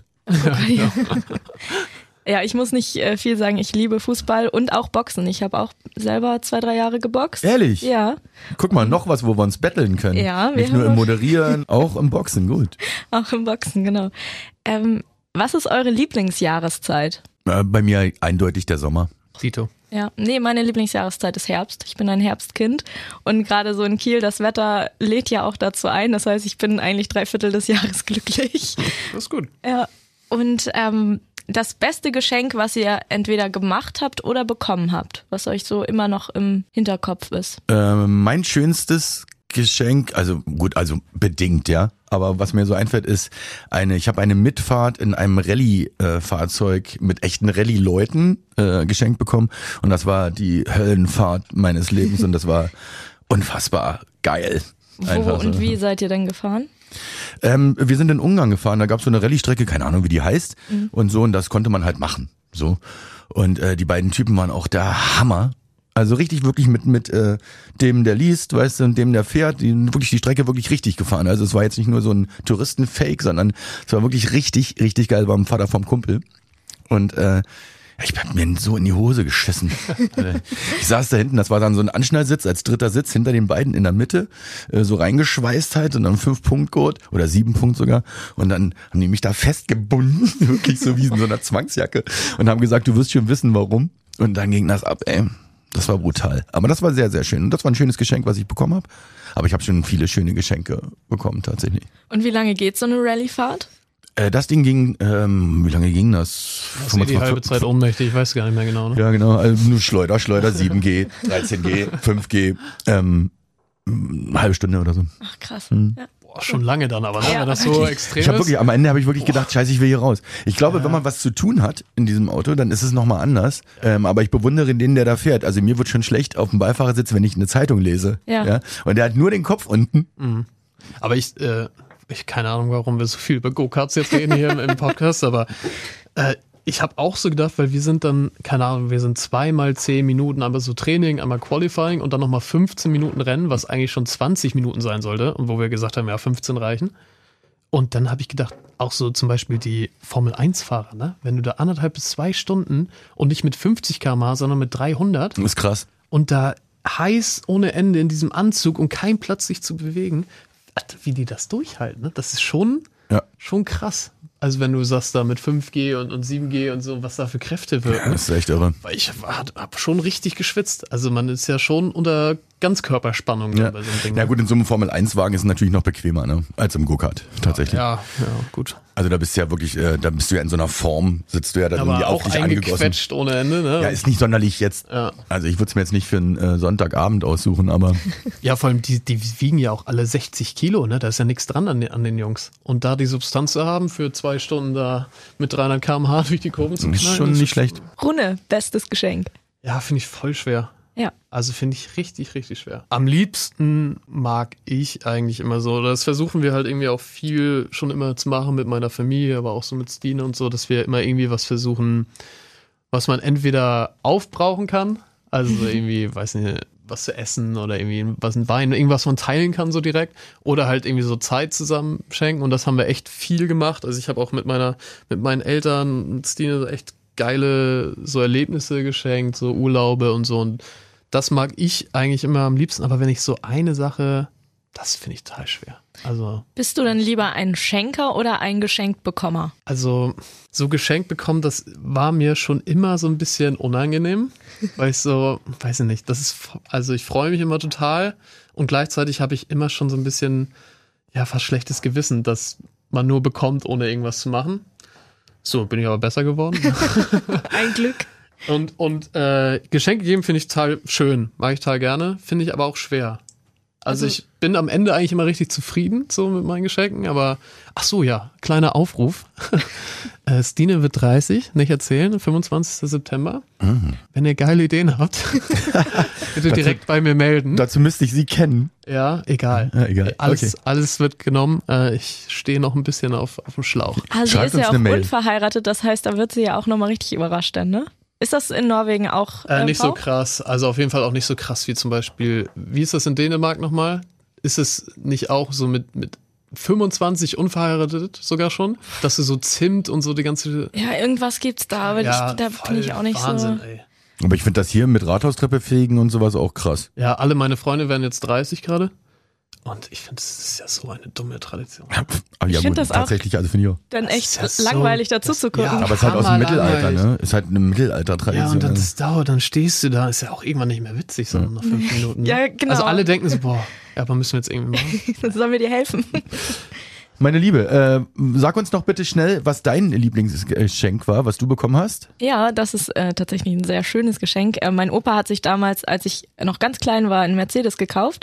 Ja, ich muss nicht viel sagen. Ich liebe Fußball und auch Boxen. Ich habe auch selber 2-3 Jahre geboxt. Ehrlich? Ja, Guck mal, noch was, wo wir uns betteln können. Ja, wir Nicht nur haben- im Moderieren, auch im Boxen, gut. auch im Boxen, genau. Was ist eure Lieblingsjahreszeit? Bei mir eindeutig der Sommer. Dito. Ja, nee, meine Lieblingsjahreszeit ist Herbst. Ich bin ein Herbstkind und gerade so in Kiel, das Wetter lädt ja auch dazu ein. Das heißt, ich bin eigentlich 3/4 des Jahres glücklich. Das ist gut. Ja, und das beste Geschenk, was ihr entweder gemacht habt oder bekommen habt, was euch so immer noch im Hinterkopf ist. Mein schönstes Geschenk, also gut, also bedingt, ja. Aber was mir so einfällt, ist ich habe eine Mitfahrt in einem Rallye-Fahrzeug mit echten Rallye-Leuten geschenkt bekommen. Und das war die Höllenfahrt meines Lebens und das war unfassbar geil. Wo und wie seid ihr denn gefahren? Wir sind in Ungarn gefahren, da gab es so eine Rallye-Strecke, keine Ahnung, wie die heißt und so, und das konnte man halt machen. So. Und die beiden Typen waren auch der Hammer. Also richtig wirklich mit dem, der liest, weißt du, und dem, der fährt, wirklich die Strecke wirklich richtig gefahren. Also es war jetzt nicht nur so ein Touristenfake, sondern es war wirklich richtig, richtig geil beim Vater vom Kumpel. Und ich hab mir so in die Hose geschissen. Ich saß da hinten, das war dann so ein Anschnallsitz als dritter Sitz hinter den beiden in der Mitte, so reingeschweißt halt und dann 5-Punkt-Gurt oder 7 Punkt sogar. Und dann haben die mich da festgebunden, wirklich so wie in so einer Zwangsjacke, und haben gesagt, du wirst schon wissen, warum. Und dann ging das ab, ey. Das war brutal. Aber das war sehr, sehr schön. Und das war ein schönes Geschenk, was ich bekommen habe. Aber ich habe schon viele schöne Geschenke bekommen, tatsächlich. Und wie lange geht so eine Rallye-Fahrt? Das Ding ging, wie lange ging das? Das ist die halbe Zeit ohnmächtig, ich weiß gar nicht mehr genau. Ne? Ja, genau. Also nur Schleuder, 7G, 13G, 5G, eine halbe Stunde oder so. Ach, krass. Ja. Boah, schon lange dann, aber wenn das so extrem ist. Am Ende habe ich wirklich gedacht, scheiße, ich will hier raus. Ich glaube, wenn man was zu tun hat in diesem Auto, dann ist es nochmal anders. Aber ich bewundere den, der da fährt. Also mir wird schon schlecht auf dem Beifahrersitz, wenn ich eine Zeitung lese. Ja. Und der hat nur den Kopf unten. Mhm. Aber ich keine Ahnung, warum wir so viel über Go-Karts jetzt reden hier im Podcast, aber ich habe auch so gedacht, weil wir sind dann, keine Ahnung, wir sind 2x10 Minuten, einmal so Training, einmal Qualifying und dann nochmal 15 Minuten Rennen, was eigentlich schon 20 Minuten sein sollte und wo wir gesagt haben, ja, 15 reichen. Und dann habe ich gedacht, auch so zum Beispiel die Formel-1-Fahrer, ne? Wenn du da 1,5 bis 2 Stunden und nicht mit 50 km/h, sondern mit 300. Das ist krass. Und da heiß ohne Ende in diesem Anzug und kein Platz, sich zu bewegen. Wie die das durchhalten, ne? Das ist schon krass. Also wenn du sagst da mit 5G und 7G und so, was da für Kräfte wirken. Ja, das ist echt irre. Weil ich hab schon richtig geschwitzt. Also man ist ja schon unter Ganzkörperspannung bei so einem Ding. Ja gut, in so einem Formel-1-Wagen ist es natürlich noch bequemer, ne? Als im Go-Kart, tatsächlich. Ja, gut. Also da bist du ja wirklich, da bist du ja in so einer Form, sitzt du ja da irgendwie auf dich angegossen. Eingequetscht ohne Ende, ne? Ja, ist nicht sonderlich jetzt. Ja. Also ich würde es mir jetzt nicht für einen Sonntagabend aussuchen, aber. Ja, vor allem die wiegen ja auch alle 60 Kilo, ne? Da ist ja nichts dran an den Jungs. Und da die Substanz zu haben, für 2 Stunden da mit 300 km/h durch die Kurven zu knallen. Ist schon nicht schlecht. Runne, bestes Geschenk. Ja, finde ich voll schwer. Ja. Also finde ich richtig, richtig schwer. Am liebsten mag ich eigentlich immer so, das versuchen wir halt irgendwie auch viel schon immer zu machen mit meiner Familie, aber auch so mit Stine und so, dass wir immer irgendwie was versuchen, was man entweder aufbrauchen kann, also irgendwie, weiß nicht, was zu essen oder irgendwie ein Wein, irgendwas man teilen kann so direkt, oder halt irgendwie so Zeit zusammen schenken, und das haben wir echt viel gemacht. Also ich habe auch mit meinen Eltern, mit Stine echt geile so Erlebnisse geschenkt, so Urlaube und so, und das mag ich eigentlich immer am liebsten, aber wenn ich so eine Sache, das finde ich total schwer. Also bist du denn lieber ein Schenker oder ein Geschenkbekommer? Also so geschenkt bekommen, das war mir schon immer so ein bisschen unangenehm, weil ich so, weiß ich nicht, also ich freue mich immer total und gleichzeitig habe ich immer schon so ein bisschen, ja, fast schlechtes Gewissen, dass man nur bekommt, ohne irgendwas zu machen. So, bin ich aber besser geworden. Ein Glück. Und Geschenke geben finde ich total schön, mag ich total gerne, finde ich aber auch schwer. Also ich bin am Ende eigentlich immer richtig zufrieden so mit meinen Geschenken, aber ach so, ja, kleiner Aufruf. Stine wird 30, nicht erzählen, 25. September. Wenn ihr geile Ideen habt, bitte direkt bei mir melden. Dazu müsste ich sie kennen. Ja, egal. Ja, egal. Alles wird genommen. Ich stehe noch ein bisschen auf dem Schlauch. Sie ist ja auch unverheiratet, das heißt, da wird sie ja auch nochmal richtig überrascht dann, ne? Ist das in Norwegen auch nicht so krass, also auf jeden Fall auch nicht so krass wie zum Beispiel, wie ist das in Dänemark nochmal? Ist es nicht auch so mit 25 unverheiratet sogar schon, dass du so Zimt und so die ganze... Ja, irgendwas gibt's da, aber da bin ich auch nicht Wahnsinn, so... Ey. Aber ich finde das hier mit Rathaustreppe fegen und sowas auch krass. Ja, alle meine Freunde werden jetzt 30 gerade. Und ich finde, das ist ja so eine dumme Tradition. Aber ja, ich finde das tatsächlich, auch also finde ich auch. Dann echt langweilig dazu zu gucken. Ja, aber es ist halt aus dem Mittelalter, ne? Ist halt eine Mittelalter-Tradition. Ja, und das dauert, dann stehst du da, ist ja auch irgendwann nicht mehr witzig, so nach 5 Minuten. Ne? Ja, genau. Also alle denken so, boah, ja, aber müssen wir jetzt irgendwie machen. Sollen wir dir helfen? Meine Liebe, sag uns doch bitte schnell, was dein Lieblingsgeschenk war, was du bekommen hast. Ja, das ist tatsächlich ein sehr schönes Geschenk. Mein Opa hat sich damals, als ich noch ganz klein war, einen Mercedes gekauft.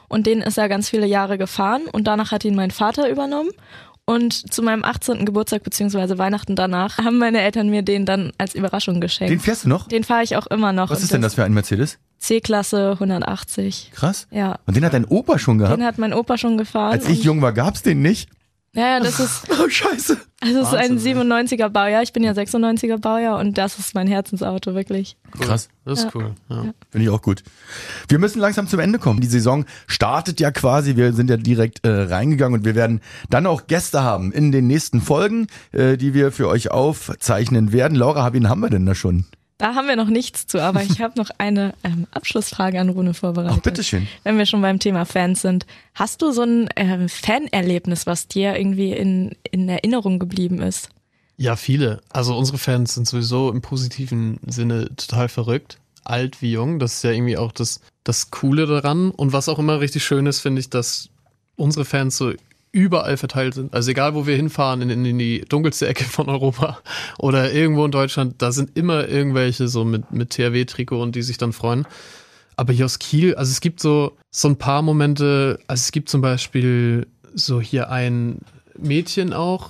und den ist er ganz viele Jahre gefahren und danach hat ihn mein Vater übernommen. Und zu meinem 18. Geburtstag bzw. Weihnachten danach haben meine Eltern mir den dann als Überraschung geschenkt. Den fährst du noch? Den fahre ich auch immer noch. Was ist denn das für ein Mercedes? C-Klasse 180. Krass. Ja. Und den hat dein Opa schon gehabt? Den hat mein Opa schon gefahren. Als ich jung war, gab's den nicht? Ja, das ist... Oh, scheiße. Also es ist ein Wahnsinn, 97er Baujahr, ich bin ja 96er Baujahr und das ist mein Herzensauto, wirklich. Cool. Krass. Das ist cool. Ja. Finde ich auch gut. Wir müssen langsam zum Ende kommen. Die Saison startet ja quasi, wir sind ja direkt reingegangen und wir werden dann auch Gäste haben in den nächsten Folgen, die wir für euch aufzeichnen werden. Laura, wen haben wir denn da schon? Da haben wir noch nichts zu, aber ich habe noch eine Abschlussfrage an Rune vorbereitet. Ach, bitteschön. Wenn wir schon beim Thema Fans sind. Hast du so ein Fanerlebnis, was dir irgendwie in Erinnerung geblieben ist? Ja, viele. Also unsere Fans sind sowieso im positiven Sinne total verrückt. Alt wie jung. Das ist ja irgendwie auch das Coole daran. Und was auch immer richtig schön ist, finde ich, dass unsere Fans so überall verteilt sind. Also egal, wo wir hinfahren, in die dunkelste Ecke von Europa oder irgendwo in Deutschland, da sind immer irgendwelche so mit THW-Trikot und die sich dann freuen. Aber hier aus Kiel, also es gibt so ein paar Momente, also es gibt zum Beispiel so hier ein Mädchen auch,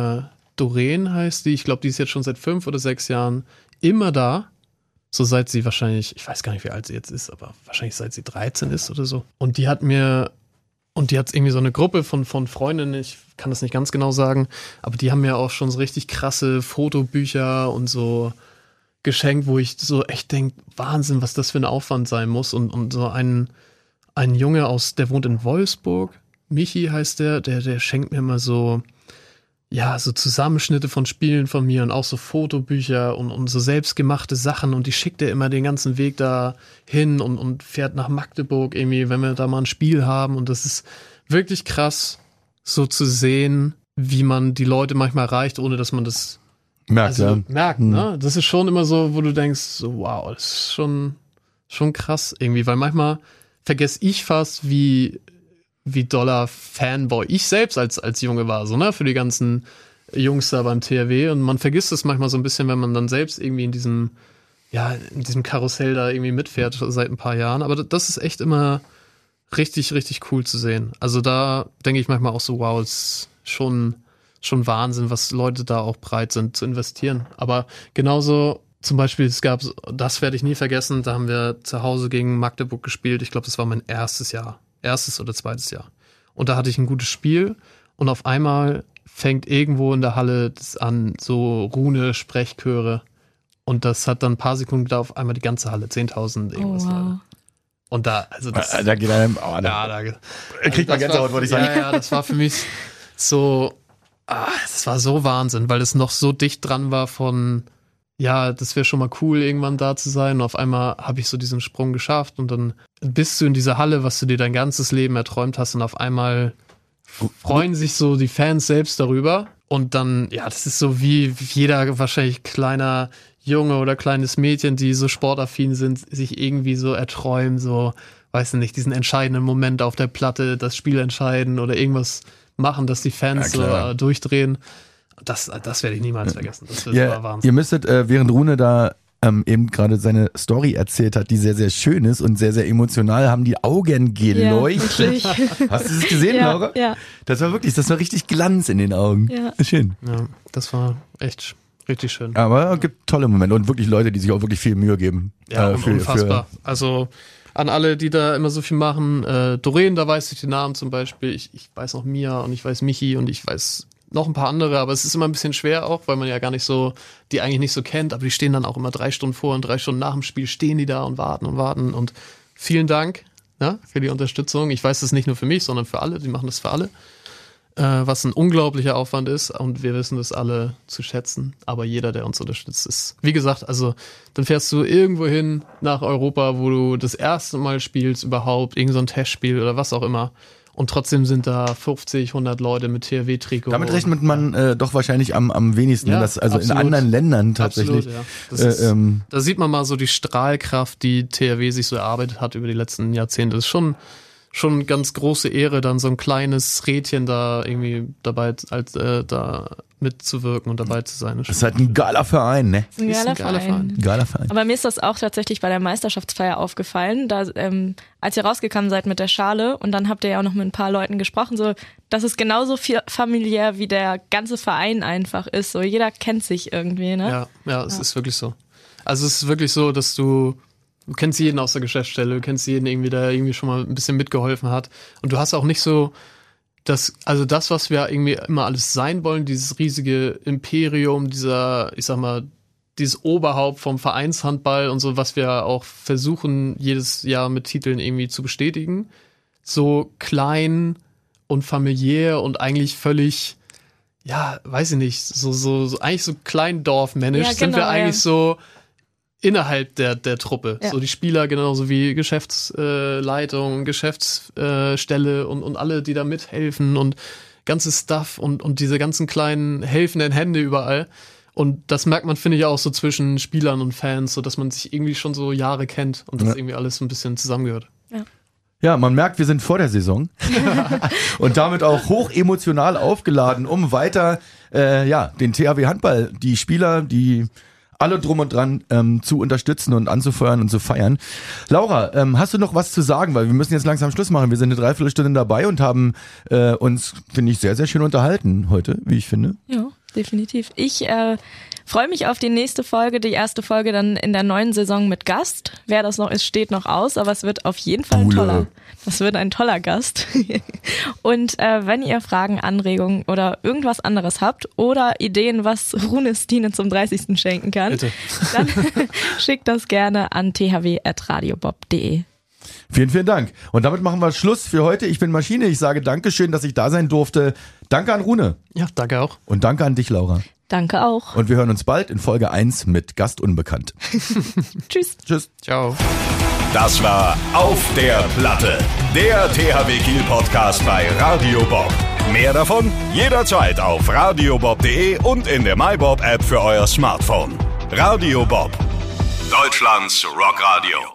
Doreen heißt die, ich glaube, die ist jetzt schon seit 5 oder 6 Jahren immer da. So seit sie wahrscheinlich, ich weiß gar nicht, wie alt sie jetzt ist, aber wahrscheinlich seit sie 13 ist oder so. Und die hat irgendwie so eine Gruppe von Freundinnen, ich kann das nicht ganz genau sagen, aber die haben mir auch schon so richtig krasse Fotobücher und so geschenkt, wo ich so echt denke, Wahnsinn, was das für ein Aufwand sein muss. Und so ein Junge der wohnt in Wolfsburg, Michi heißt der schenkt mir immer so Zusammenschnitte von Spielen von mir und auch so Fotobücher und so selbstgemachte Sachen und die schickt er immer den ganzen Weg da hin und fährt nach Magdeburg irgendwie, wenn wir da mal ein Spiel haben und das ist wirklich krass, so zu sehen, wie man die Leute manchmal erreicht, ohne dass man das merkt, ne? Das ist schon immer so, wo du denkst, so, wow, das ist schon krass irgendwie, weil manchmal vergesse ich fast, wie doller Fanboy ich selbst als Junge war, so, ne, für die ganzen Jungs da beim THW und man vergisst es manchmal so ein bisschen, wenn man dann selbst irgendwie in diesem Karussell da irgendwie mitfährt seit ein paar Jahren, aber das ist echt immer richtig, richtig cool zu sehen. Also da denke ich manchmal auch so, wow, es ist schon Wahnsinn, was Leute da auch bereit sind zu investieren. Aber genauso zum Beispiel, das werde ich nie vergessen, da haben wir zu Hause gegen Magdeburg gespielt, ich glaube, das war mein erstes oder zweites Jahr. Und da hatte ich ein gutes Spiel und auf einmal fängt irgendwo in der Halle das an, so Rune-Sprechchöre. Und das hat dann ein paar Sekunden gedauert, auf einmal die ganze Halle, 10.000 irgendwas. Oh, wow. Leute. Und da geht einem, da kriegt man Gänsehaut, würde ich sagen. Ja, das war für mich so, das war so Wahnsinn, weil es noch so dicht dran war von, ja, das wäre schon mal cool, irgendwann da zu sein. Und auf einmal habe ich so diesen Sprung geschafft und dann bist du in dieser Halle, was du dir dein ganzes Leben erträumt hast und auf einmal freuen sich so die Fans selbst darüber. Und dann, ja, das ist so wie jeder wahrscheinlich kleiner Junge oder kleines Mädchen, die so sportaffin sind, sich irgendwie so erträumen, so, weiß nicht, diesen entscheidenden Moment auf der Platte, das Spiel entscheiden oder irgendwas machen, dass die Fans so durchdrehen. Das werde ich niemals vergessen. Das war Wahnsinn. Ihr müsstet, während Rune da eben gerade seine Story erzählt hat, die sehr, sehr schön ist und sehr, sehr emotional, haben die Augen geleuchtet. Ja, hast du das gesehen, Laura? Ja. Das war richtig Glanz in den Augen. Ja. Schön. Ja, das war echt richtig schön. Aber es gibt tolle Momente und wirklich Leute, die sich auch wirklich viel Mühe geben. Ja, unfassbar. Also an alle, die da immer so viel machen. Doreen, da weiß ich die Namen zum Beispiel. Ich weiß noch Mia und ich weiß Michi und ich weiß noch ein paar andere, aber es ist immer ein bisschen schwer auch, weil man ja gar nicht so, die eigentlich nicht so kennt, aber die stehen dann auch immer 3 Stunden vor und 3 Stunden nach dem Spiel stehen die da und warten und vielen Dank für die Unterstützung. Ich weiß das nicht nur für mich, sondern für alle, die machen das für alle, was ein unglaublicher Aufwand ist und wir wissen das alle zu schätzen, aber jeder, der uns unterstützt, ist, wie gesagt, also dann fährst du irgendwo hin nach Europa, wo du das erste Mal spielst überhaupt, irgend so ein Testspiel oder was auch immer. Und trotzdem sind da 50, 100 Leute mit THW-Trikot. Damit rechnet man doch wahrscheinlich am wenigsten, ja, also absolut. In anderen Ländern tatsächlich. Absolut, ja. Da sieht man mal so die Strahlkraft, die THW sich so erarbeitet hat über die letzten Jahrzehnte. Das ist schon schon eine ganz große Ehre, dann so ein kleines Rädchen da irgendwie dabei da mitzuwirken und dabei zu sein. Das ist halt ein geiler Verein, ne? Ein geiler Verein. Geiler Verein. Aber mir ist das auch tatsächlich bei der Meisterschaftsfeier aufgefallen, da, als ihr rausgekommen seid mit der Schale und dann habt ihr ja auch noch mit ein paar Leuten gesprochen, so, dass es genauso familiär wie der ganze Verein einfach ist. So, jeder kennt sich irgendwie, ne? Ja, es ist wirklich so. Also es ist wirklich so, dass du kennst jeden aus der Geschäftsstelle, du kennst jeden irgendwie, der irgendwie schon mal ein bisschen mitgeholfen hat. Und du hast auch nicht so das, was wir irgendwie immer alles sein wollen, dieses riesige Imperium, dieses Oberhaupt vom Vereinshandball und so, was wir auch versuchen, jedes Jahr mit Titeln irgendwie zu bestätigen. So klein und familiär und eigentlich völlig, ja, weiß ich nicht, so eigentlich so Kleindorf-männisch sind wir eigentlich so innerhalb der Truppe. Ja. So die Spieler genauso wie Geschäftsleitung, Geschäftsstelle und alle, die da mithelfen und ganzes Stuff und diese ganzen kleinen helfenden Hände überall. Und das merkt man, finde ich, auch so zwischen Spielern und Fans, so dass man sich irgendwie schon so Jahre kennt und das irgendwie alles so ein bisschen zusammengehört. Ja, man merkt, wir sind vor der Saison und damit auch hoch emotional aufgeladen, um weiter den THW Handball, die Spieler, die alle drum und dran zu unterstützen und anzufeuern und zu feiern. Laura, hast du noch was zu sagen? Weil wir müssen jetzt langsam Schluss machen. Wir sind eine Dreiviertelstunde dabei und haben uns, finde ich, sehr, sehr schön unterhalten heute, wie ich finde. Ja, definitiv. Ich freue mich auf die nächste Folge, die erste Folge dann in der neuen Saison mit Gast. Wer das noch ist, steht noch aus, aber es wird auf jeden Fall ein toller Gast. Und wenn ihr Fragen, Anregungen oder irgendwas anderes habt oder Ideen, was Rune Stine zum 30. schenken kann, bitte, dann schickt das gerne an thw@radiobob.de. Vielen, vielen Dank. Und damit machen wir Schluss für heute. Ich bin Maschine. Ich sage Dankeschön, dass ich da sein durfte. Danke an Rune. Ja, danke auch. Und danke an dich, Laura. Danke auch. Und wir hören uns bald in Folge 1 mit Gast Unbekannt. Tschüss. Tschüss. Ciao. Das war Auf der Platte, der THW Kiel Podcast bei Radio Bob. Mehr davon jederzeit auf radiobob.de und in der MyBob App für euer Smartphone. Radio Bob, Deutschlands Rockradio.